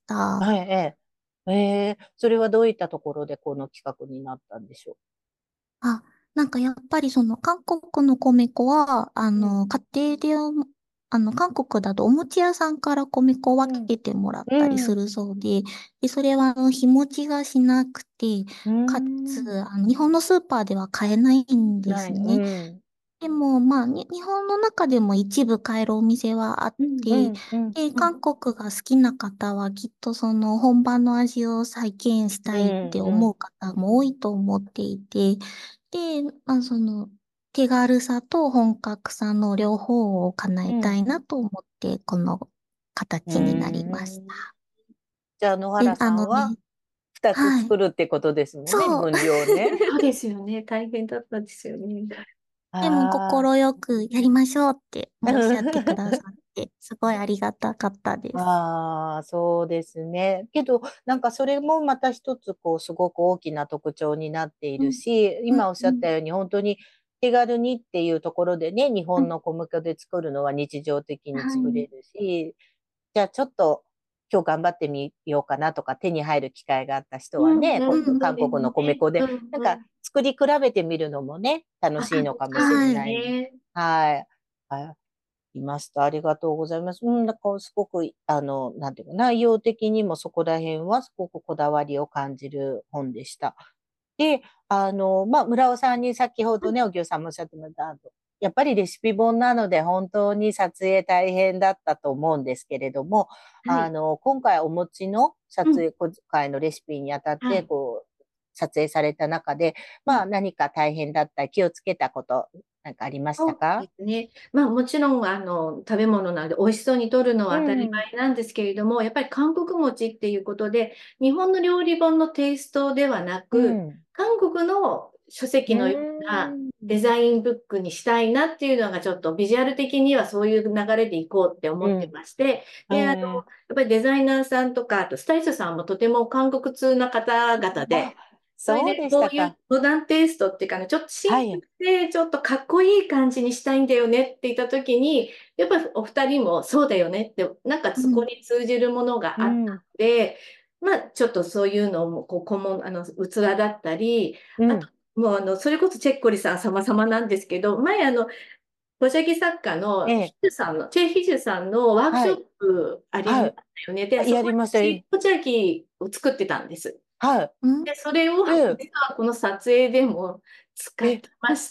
はい、ええ。ええ、それはどういったところでこの企画になったんでしょあ、なんかやっぱりその韓国の米粉は、あう？うん。 の、家庭でお、あの、韓国だとお餅屋さんから米粉をうん。 分けてもらったりうん。 するそうで、で、それはあの、日持ちがしなくて、 うかつ、 ん。 あの、日本のスーパーでは買えないんでない。 すね。 うん。 でも、まあ、に日本の中でも一部買えるお店はあっうん、 うて、 ん。うん。 で、 うん、 韓国が好きな方はきっとその本場の味を再現しうたいって思うん。 方も多いと思っていて、で、まあ、その手軽さと本格さの両方を叶えうん。 たいなと思って、このう形になりましん。 た。 じゃあ、野で、 原さんはあのね、 二つはい。 作るってことですもんね、 そう。 分量ね。 そうですよね。大変だったですよね。 でも、 あ快くやりましょうってあ。 おっしゃってくださって、すごいありがたかったです。 ああ、そうですね。けど、なんかそれもまた一つ、こう、すごく大きな特徴になっていうん、 るし、 うん、 今おっしうん、 ゃったように、本当に手軽にっていうところでね、日うん。 本の小麦粉で作るのは日常的にはい。 作れるし、じゃあちょっと今日頑張ってみようかなとか、手に入る機会があった人はうん、 ね、こうん、そうです韓国の米ね。 粉で、 うん、 なんかうん。 作り比べてみるのもね、楽あ、 しいのかもしれそうですはい。 ない。 ね。 はい。あいました。ありがとうございます。うん、なんかすごく、あの、なんていうか、内容的にもそこら辺はすごくこだわりを感じる本でした。で、あの、まあ、村尾さんに先ほどね、おぎょうさんもおっしゃってました。やっぱりレシピ本なので本当に撮影大変だったと思うんですけれども、 はい。 あの、今回お持ちの撮うん、 影、今回のレシピにあたって、 はい。 こう、撮影された中で、 うん、 まあ何か大変だった気をつけたこと、なんかありましたそうか？ ですね。まあもちろん、あの、食べ物なので美味しそうに撮るのは当たりうん、 前なんですけれども、やっぱり韓国餅っていうことで、日本の料理本のテイストではなく、 うん。 韓国の書う籍のようなーん。 デザインブックにしたいなっていうのがちょっとビジュアル的にはそういう流れでいこうって思ってうん。 まして、で、あの、やえー、 っぱりデザイナーさんとか、あとスタイリストさんもとても韓国通な方々 あ、 で、それそうでこういうでしたか。 モダンテイストっていうかね、ちょっとシンプはい。 ルで、ちょっとかっこいい感じにしたいんだよねって言った時に、やっぱりお二人もそうだよねって、なんかそこうん。 に通じるものがあったのうん。 で、まあちょっとそういうのも、こう、古文、あの、器だったり、あと、 うん。 もうあの、それこそチェッコリさん様々なんですけど、前あの、ポジャギ作家のヒええ。 ジュさんの、チェ・ヒジュさんのワークショッはい。 プありましはい。 たよね。で、そこにやりました。 私ポジャギを作ってたんです。 はうん。 で、それをい。え実はこの撮影でも使え。 ってえ、 まして、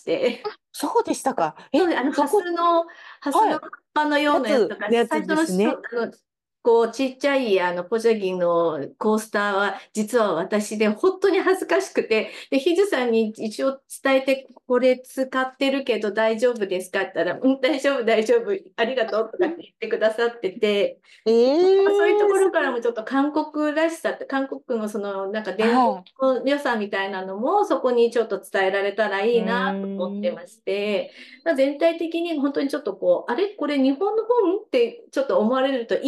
そうでしたか。え、 そうで、あの、ハスどこ、 の、ハスの葉っはい。 ぱのようやなやつとか、 つ、やつ最初のしょ、 ですね。 あの、こう、ちっちゃい、あの、ポジャギのコースターは、実は私で、本当に恥ずかしくて、で、ヒジさんに一応伝えて、これ使ってるけど大丈夫ですかって言ったら、うん、大丈夫、大丈夫、ありがとうとかって言ってくださってて、 えまあそういうとえー、 ころからもちょっと韓国らしさって、韓国のそのなんか伝統はの良さみたいなのもそこにちょっと伝えられたらいい。ういなと思ってーん。 まして、まあ、全体的に本当にちょっとこう、あれこれ日本の本ってちょっと思われるといいうなと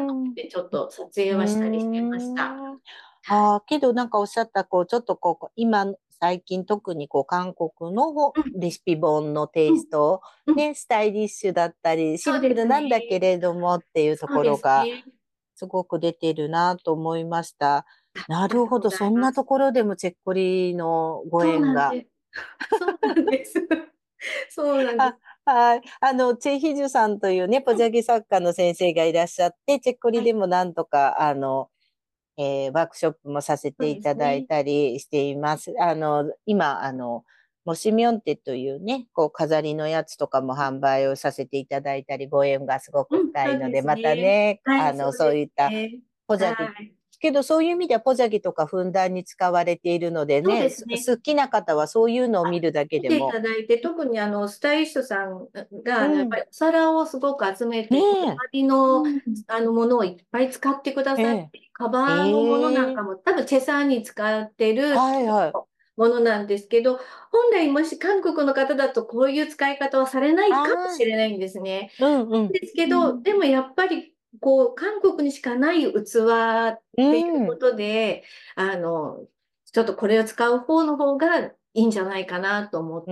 と思ってちょっと撮影はしたりしてました。 ああ、けどなんかおっしゃった、こう、ちょっとこう、今、最近特にこう、韓国のレシピ本のテイスト、うん、ね、スタイリッシュだったり、シンプルなんだけれどもっていうところが、すごく出てるなと思いました。なるほど、そんなところでもチェッコリのご縁が。 そうなんです。そうなんです。 はい。あの、チェ・ヒジュさんというね、ポジャギ作家の先生がいらっしゃって、チェッコリでもなんとか、あの、えー、ワークショップもさせていただいたりしています。あの、今、あの、モシミョンテというね、こう、飾りのやつとかも販売をさせていただいたり、ご縁がすごく深いので、またね、あの、そういったポジャギ、けどそういう意味ではポジャギとかふんだんに使われているのでね、好きな方はそういうのを見るだけでも。 見ていただいて、特にあの、スタイリストさんが、やっぱりお皿をすごく集めて、こだわりの、あの、ものをいっぱい使ってくださって、カバーのものなんかも、多分チェサーに使ってるものなんですけど、本来もし韓国の方だとこういう使い方はされないかもしれないんですね。ですけど、でもやっぱり、こう、韓国にしかない器っていうことで、うん、あの、ちょっとこれを使う方の方がいいんじゃないかなと思って、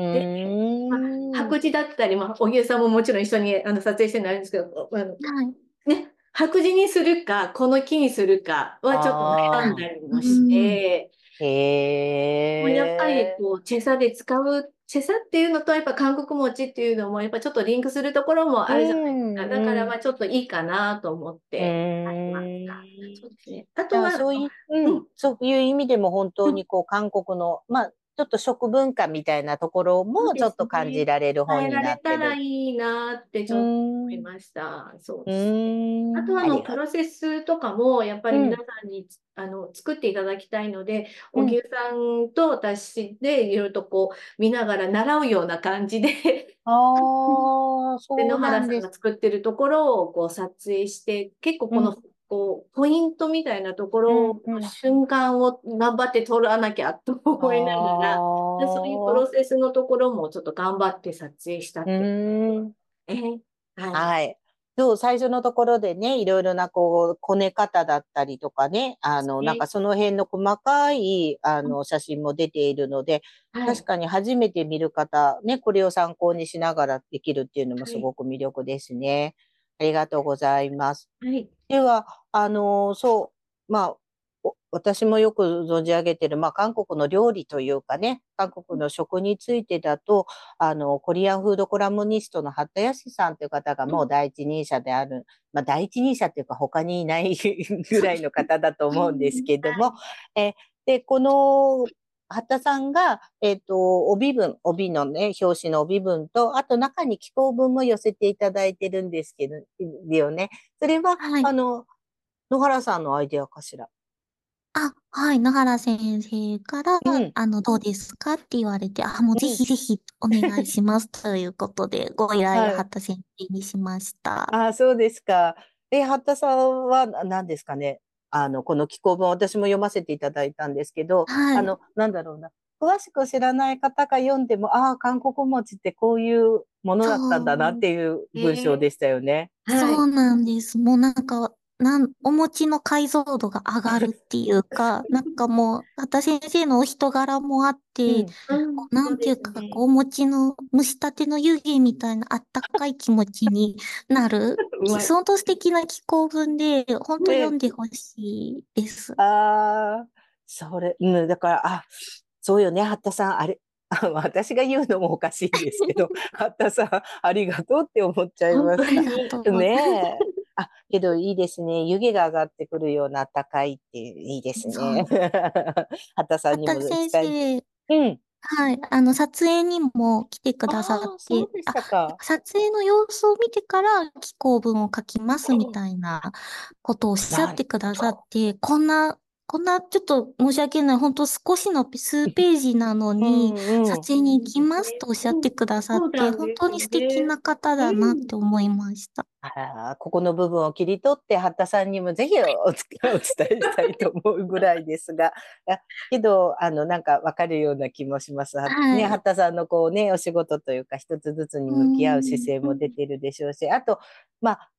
まあ、白磁だったり、まあ、荻生さんももちろん一緒にあの撮影してるのあるんですけど、あの、はい、ね、白磁にするか、この木にするかはちょっと悩んだりもして、 へやっぱりこうチェサで使う、チェサっていうのとやっぱ韓国餅っていうのもやっぱちょっとリンクするところもあるじゃないですか。だからまあちょっといいかなと思って買いました。そうですね。あとは、 そういう、うん、そういう意味でも本当にこう韓国の、まあちょっと食文化みたいなところもちょっと感じられる本になってる。 伝えられたらいいなってちょっと思いました。そうですね。あとはあのプロセスとかもやっぱり皆さんに、うん、あの作っていただきたいので、荻生さんと私でいろいろとこう見ながら習うような感じでああ、そう野なんです。 原さんが作ってるところをこう撮影して、結構この、うんこう、ポイントみたいなところの瞬間を頑張って撮らなきゃと思いながら、でそういうプロセスのところもちょっと頑張って撮影したっていうえー、はい。 はい。そう、最初のところでね、いろいろなこう、こね方だったりとかね、あの、なんかその辺の細かい、あの、写真も出ているので、はい、確かに初めて見る方、ね、これを参考にしながらできるっていうのもすごく魅力ですね。はい、ありがとうございます。 はい。 では、あの、そう、まあ、私もよく存じ上げている、まあ、韓国の料理というかね、韓国の食についてだと、あの、コリアンフードコラムニストの八田康さんという方がもう第一人者である、まあ、第一人者っていうか他にいないぐらいの方だと思うんですけども、えで、この、八田さんが、えっと、帯文、帯のね、表紙の帯文と、あと中に寄稿文も寄せていただいてるんですけど、よね。それは、はい、あの、野原さんのアイデアかしら。 あ、はい、野原先生から、うん、あの、どうですかって言われて、あ、もうぜひぜひお願いしますということで、ご依頼を八田先生にしました。 はい、あ、そうですか。え、八田さんは何ですかね。あの、この寄稿文、私も読ませていただいたんですけど、はい、あの、なんだろうな。詳しく知らない方が読んでも、ああ、韓国餅ってこういうものだったんだなっていう文章でしたよね。 えー、そうなんです。もうなんか、なん、お餅の解像度が上がるっていうか、なんかもう、畑先生のお人柄もあって、うんうん、なんていうか、こう、お餅の蒸したての湯気みたいなあったかい気持ちになる、相当素敵な寄稿文で、本当読んでほしいです。ね、 ああ、それ、うん、だから、あ、そうよね、八田さん、あれ、あ私が言うのもおかしいんですけど、八田さん、ありがとうって思っちゃいました。ねえ。あ、けどいいですね。湯気が上がってくるような高いっていいですね。八田さんにも先生、 うん。 はい。あの、撮影にも来てくださって、 あ、 撮影の様子を見てから寄稿文を書きますみたいなことをおっしゃってくださって、こんな、こんなちょっと申し訳ない、本当少しの数ページなのに、撮影に行きますとおっしゃってくださって、本当に素敵な方だなって思いました。 あ、ここの部分を切り取って、八田さんにもぜひお伝えしたいと思うぐらいですが、けど、あの、なんかわかるような気もします。はい、ね、八田さんのこうね、お仕事というか、一つずつに向き合う姿勢も出てるでしょうし、あと、まあ、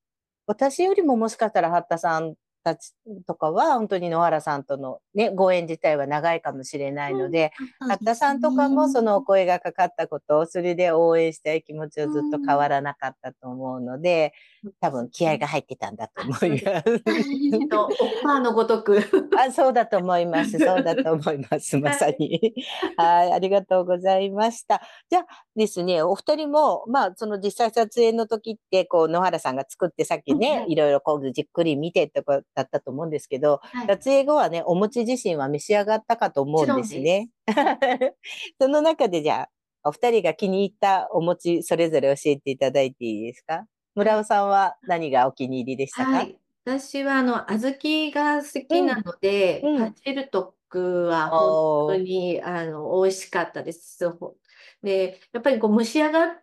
私よりももしかしたら八田さんたちとかは、本当に野原さんとのね、ご縁自体は長いかもしれないので、 そう八です田さんとかもそね。 のお声がかかったことを、それで応援したい気持ちうをずっと変わん。 らなかったと思うので、多分気合が入ってたんだとあ、 思いそうです。 ます。 きっと、オッパーのごとく。 あ、そうだと思います。そうだと思います。まはい。 さに。はい、ありがとうございました。じゃあですね、お二人も、まあ、その実際撮影の時って、こう、野原さんが作ってさっきね、 うん、はい。 いろいろこう、じっくり見てってことだったと思うんですけど、 はい。も撮影後はね、お餅自身は召し上がったかと思ちうんでろんです。 すね。その中でじゃあ、お二人が気に入ったお餅、それぞれ教えていただいていいですか？ はい。 村尾さんは何がお気に入りでしたか？ はい。私は、あの、小豆が好きうん、 なので、 うん。 パチルトックは本当おー、 に、あの、美味しかったです。ほで、やっぱりこう蒸し上がった、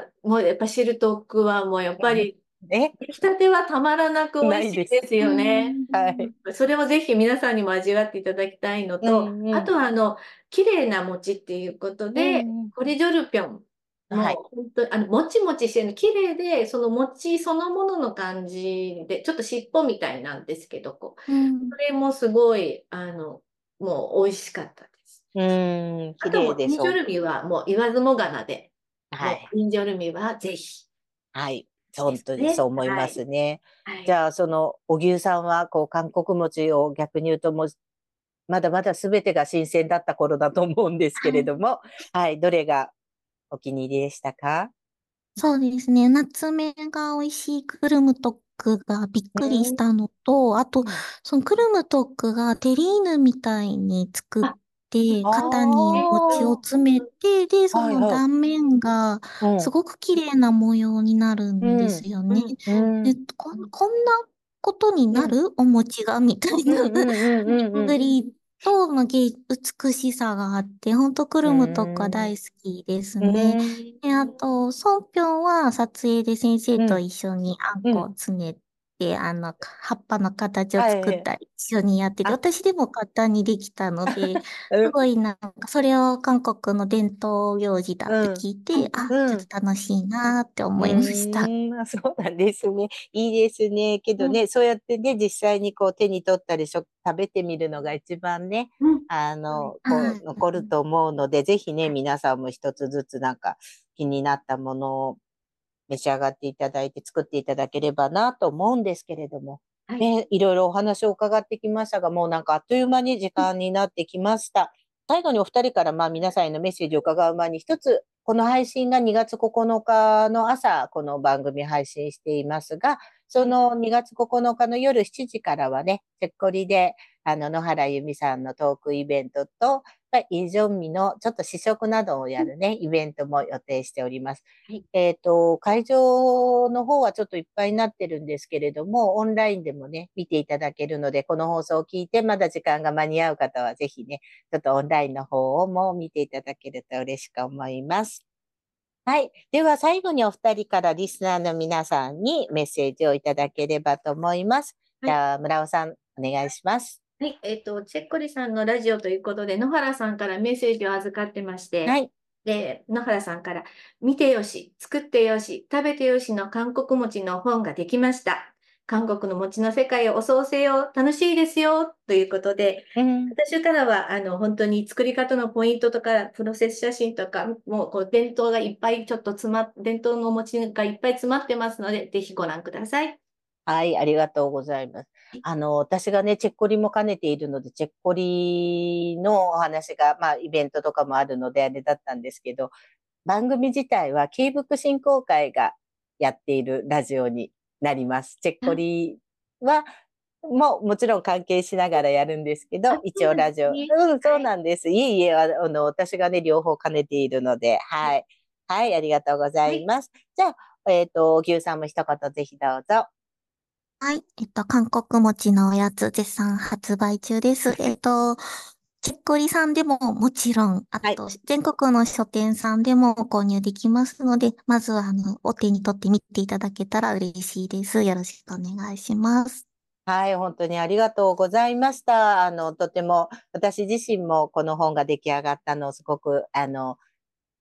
もうやっぱシルトックはもうやっぱり、 え、 出来たてはたまらなく美味しないです。 いですうよね。 はい。 ん。 それをぜひ皆さんにも味わっていただきたいのうと、 んうん。 あとはあの、綺麗な餅っていうことうで、 んうん。 コリジョルピョン。 はい。 もう本当に、あの、もちもちしてるの、綺麗で、その餅そのものの感じで、ちょっと尻尾みたいなんですけど、こう、 うん。 それもすごい、あの、もう美味しかったです。 うーん、綺あともう、 麗です。 インジョルミはもう言わずもがなで、 はい。 もう、インジョルミはぜひはい。 で本当にそうすね。 思いまはい。 すね。 はい。 じゃあ、その、荻生さんは、こう、韓国餅を逆に言うと、もう、まだまだ全てが新鮮だった頃だと思うんですけはい。 れども、はい。どれがお気に入りでしたか？ そうですね。夏目が美味しいクルムトックがびっくりしうん。 たのと、あと、 うん。 そのクルムトックがテリーヌみたいに作っあ、 て、 あ型に餅をあ、 詰めて、で、そはいはい。 の断面がうん。 すごく綺麗な模様になるんでうん。 すよね。 うん、 ううん、 で、 ん。 こん、こんなことにうん。 なるお餅がみたいなうん。うん。うん。うん。うん。 ぶりと、まあ、芸美しさがあって、ほんとクうルムとかん。 大好きですうね。 ん。 で、あと、ソンピョンは撮影で先生うん。 と一緒にあんこをうん。 つねて、あの、葉っぱの形をはい。 作ったり一緒にやってて、 あ、 私でも簡単にできたので、 うん。 すごいなんか、それを韓国の伝統行事だってうん。 聞いて、あ、ちょうん。 っと楽しいなってう思いました。 ーん、あ、そうなんですね。いいですね。けうん、 どね、そうやってね、実際にこう手に取ったりしょ食べてみるのが一番ね、 うん。 あはい。 の、こう、 はい。 残ると思うので、ぜひね、皆さんも一つずつなんか気になったものを召し上がっていただいて作っていただければなと思うんですけれども、 はい。 ね、いろいろお話を伺ってきましたが、もうなんかあっという間に時間になってきました。最後にお二人からまあ皆さんへのメッセージを伺う前に一つ、この配信がにがつここのかの朝、この番組配信していますが、そはい。 のにがつここのかの夜しちじからはね、チェッコリで、あの、野原由美さんのトークイベントと、イ・ジョンミのちょっと試食などをやるね、イベントも予定しております。 はい。 えっと、会場の方はちょっといっぱいになってるんですけれども、オンラインでもね、見ていただけるので、この放送を聞いてまだ時間が間に合う方はぜひね、ちょっとオンラインの方をも見ていただけると嬉しく思います。はい。では最後にお二人からリスナーの皆さんにメッセージをいただければと思います。 はい。 じゃあ、村尾さん、お願いします。 はい。えっと、チェッコリさんのラジオということで、野原さんからメッセージを預かってまして、 はい。 で、野原さんから、見てよし、作ってよし、食べてよしの韓国餅の本ができました。韓国の餅の世界をお創生を楽しいですよ、ということで、 うん。 私からは、あの、本当に作り方のポイントとか、プロセス写真とか、もう、こう、伝統がいっぱいちょっと詰まっ、伝統のお餅がいっぱい詰まってますので、ぜひご覧ください。 はい、ありがとうございます。あの、私がね、チェッコリも兼ねているので、チェッコリのお話が、まあ、イベントとかもあるので、あれだったんですけど、番組自体は、ケイブック振興会がやっているラジオになります。チェッコあ、 リは、ももちろん関係しながらやるんですけあ、 ど、一そうなんで応ラジオ、 すね。 うん、そうはい。 なんです。いえいえ、あの、私がね、両方兼ねているので、はい。はい、ありがとうござはい。 います。じゃあ、えっと、牛さんも一言ぜひどうぞ。 はい。えっと、韓国餅のおやつ絶賛発売中です。えっと、チェッコリさんでももちろん、あはい。 と、全国の書店さんでも購入できますので、まずは、あの、お手に取ってみていただけたら嬉しいです。よろしくお願いします。 はい、本当にありがとうございました。あの、とても、私自身もこの本が出来上がったのをすごく、あの、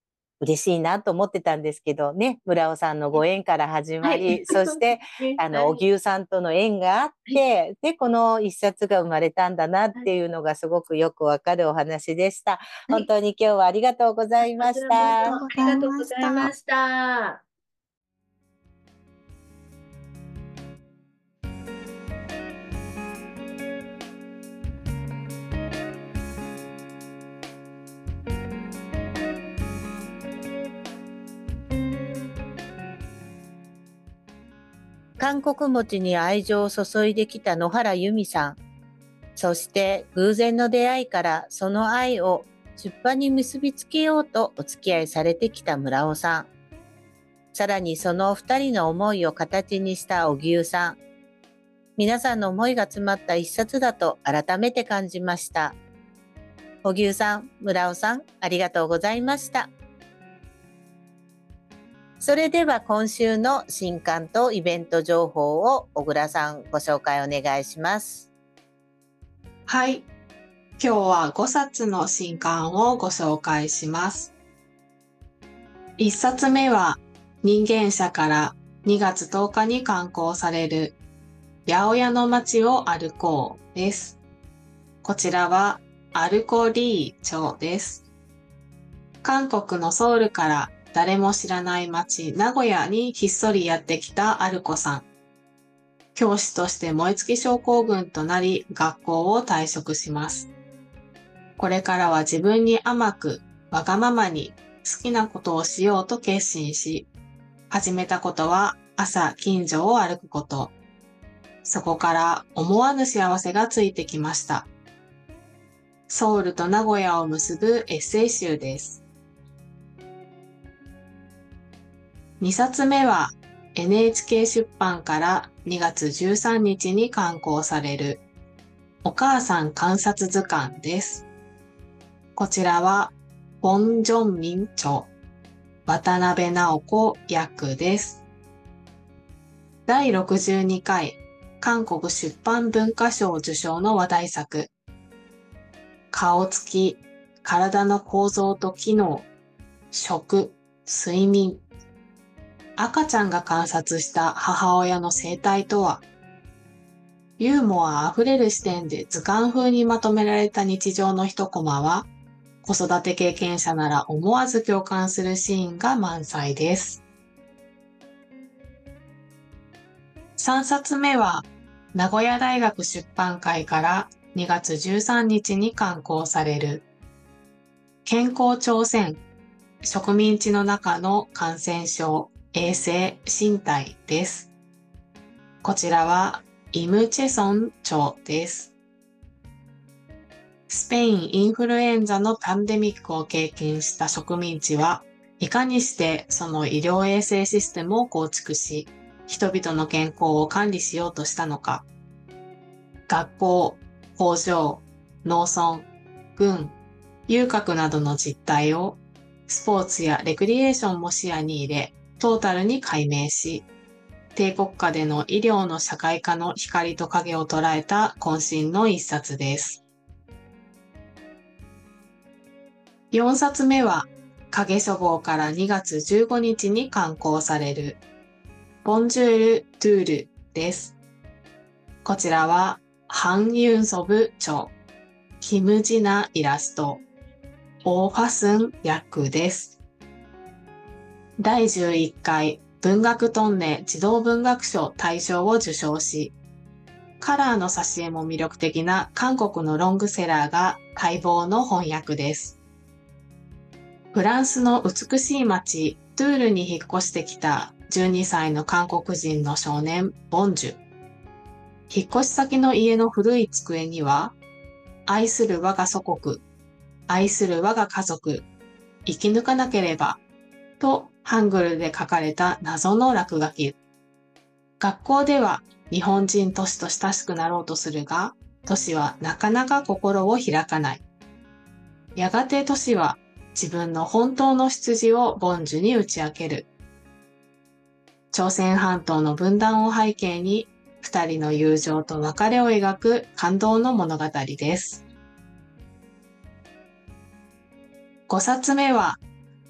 嬉しいなと思ってたんですけどね、村尾さんのご縁から始まり、はい、そして、あの、荻生さんとの縁があって、はい、で、この一冊が生まれたんだなっていうのがすごくよくわかるお話でした。はい、本当に今日はありがとうございました。 ありがとうございました。 韓国餅に愛情を注いできた野原由美さん。そして偶然の出会いからその愛を出版に結びつけようとお付き合いされてきた村尾さん。さらにその二人の思いを形にした荻生さん。皆さんの思いが詰まった一冊だと改めて感じました。荻生さん、村尾さん、ありがとうございました。それでは今週の新刊とイベント情報を小倉さんご紹介お願いします。 はい。今日はごさつの新刊をご紹介します。いっさつめは人間社からにがつとおかに刊行される八百屋の街を歩こうです。こちらはアルコリー著です。韓国のソウルから誰も知らない街、名古屋にひっそりやってきたアルコさん。教師として燃え尽き症候群となり、学校を退職します。これからは自分に甘く、わがままに好きなことをしようと決心し、始めたことは朝近所を歩くこと。そこから思わぬ幸せがついてきました。ソウルと名古屋を結ぶエッセイ集です。にさつめは エヌエイチケー 出版からにがつじゅうさんにちに刊行されるお母さん観察図鑑です。こちらはボン・ジョンミン著、渡辺直子訳です。だいろくじゅうにかい韓国出版文化賞受賞の話題作。顔つき、体の構造と機能、食、睡眠。赤ちゃんが観察した母親の生態とは。ユーモアあふれる視点で図鑑風にまとめられた日常の一コマは、子育て経験者なら思わず共感するシーンが満載です。さんさつめは、名古屋大学出版会からにがつじゅうさんにちに刊行される、健康朝鮮、植民地の中の感染症、衛生、身体です。こちらはイム・チェソン著です。スペインインフルエンザのパンデミックを経験した植民地はいかにしてその医療衛生システムを構築し、人々の健康を管理しようとしたのか。学校、工場、農村、軍、遊郭などの実態をスポーツやレクリエーションも視野に入れ、トータルに解明し、帝国下での医療の社会化の光と影を捉えた渾身の一冊です。よんさつめは、影書房からにがつじゅうごにちに刊行される、ボンジュール・トゥールです。こちらは、ハン・ユンソブ著、キムジナイラスト、オーファスン訳です。だいじゅういっかい文学トンネ児童文学賞大賞を受賞し、カラーの挿絵も魅力的な韓国のロングセラーが待望の翻訳です。フランスの美しい街トゥールに引っ越してきたじゅうにさいの韓国人の少年ボンジュ。引っ越し先の家の古い机には、愛する我が祖国、愛する我が家族、生き抜かなければ、とハングルで書かれた謎の落書き。学校では日本人都市と親しくなろうとするが、都市はなかなか心を開かない。やがて都市は自分の本当の出自をボンジュに打ち明ける。朝鮮半島の分断を背景に、二人の友情と別れを描く感動の物語です。ごさつめは、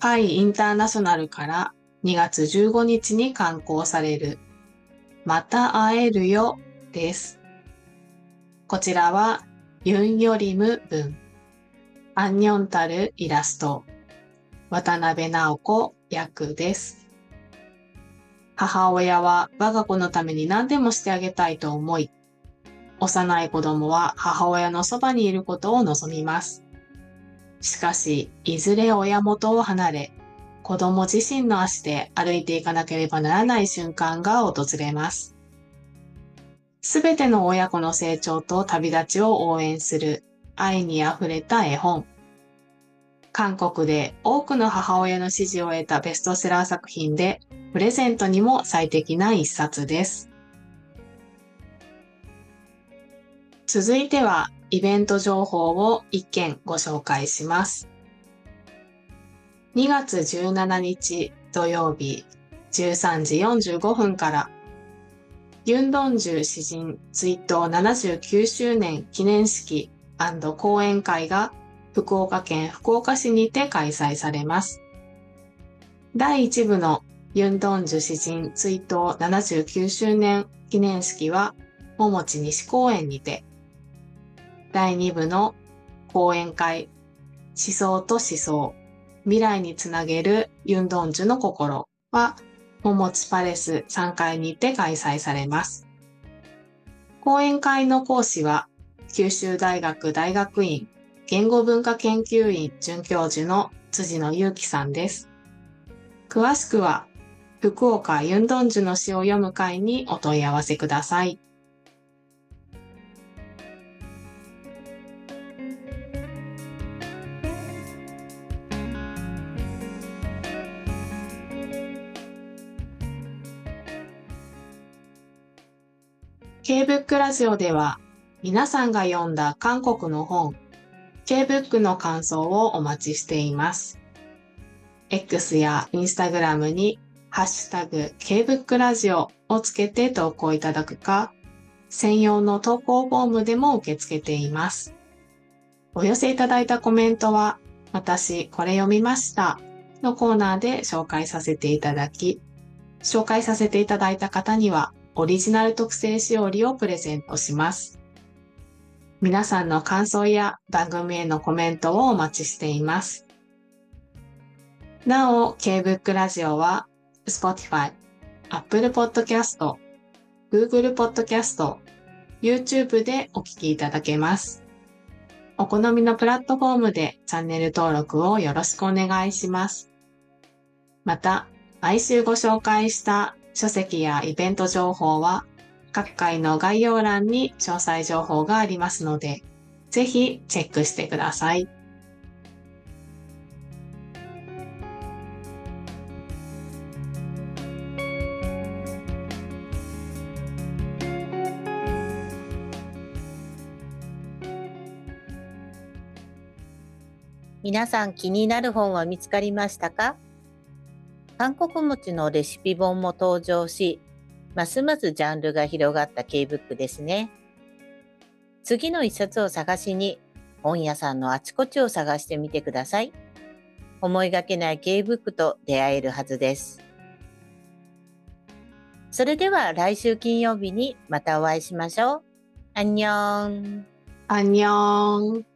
愛インターナショナルからにがつじゅうごにちに刊行されるまた会えるよです。こちらはユンヨリム文、アンニョンタルイラスト、渡辺直子役です。母親は我が子のために何でもしてあげたいと思い、幼い子供は母親のそばにいることを望みます。しかし、いずれ親元を離れ、子供自身の足で歩いていかなければならない瞬間が訪れます。すべての親子の成長と旅立ちを応援する愛にあふれた絵本。韓国で多くの母親の支持を得たベストセラー作品で、プレゼントにも最適な一冊です。続いては、イベント情報をいっけんご紹介します。にがつじゅうしちにち土曜日じゅうさんじよんじゅうごふんから、ユンドンジュ詩人追悼ななじゅうきゅうしゅうねん記念式&講演会が福岡県福岡市にて開催されます。だいいちぶのユンドンジュ詩人追悼ななじゅうきゅうしゅうねん記念式は桃地西公園にて、だいにぶの講演会思想と思想、未来につなげるユンドンジュの心は桃地パレスさんがいにて開催されます。講演会の講師は九州大学大学院言語文化研究院准教授の辻野祐樹さんです。詳しくは福岡ユンドンジュの詩を読む会にお問い合わせください。K-ブック ラジオでは皆さんが読んだ韓国の本、K-ブック の感想をお待ちしています。X や Instagram にハッシュタグ K-ブック ラジオをつけて投稿いただくか、専用の投稿フォームでも受け付けています。お寄せいただいたコメントは、私これ読みましたのコーナーで紹介させていただき、紹介させていただいた方にはオリジナル特製しおりをプレゼントします。皆さんの感想や番組へのコメントをお待ちしています。なお、K-ブック ラジオは Spotify、Apple Podcast、Google Podcast、YouTube でお聞きいただけます。お好みのプラットフォームでチャンネル登録をよろしくお願いします。また、毎週ご紹介した書籍やイベント情報は各回の概要欄に詳細情報がありますので、ぜひチェックしてください。 皆さん気になる本は見つかりましたか？韓国餅のレシピ本も登場し、ますますジャンルが広がった K-ブック ですね。次の一冊を探しに本屋さんのあちこちを探してみてください。思いがけない K-ブック と出会えるはずです。それでは来週金曜日にまたお会いしましょう。アンニョン。 アンニョン。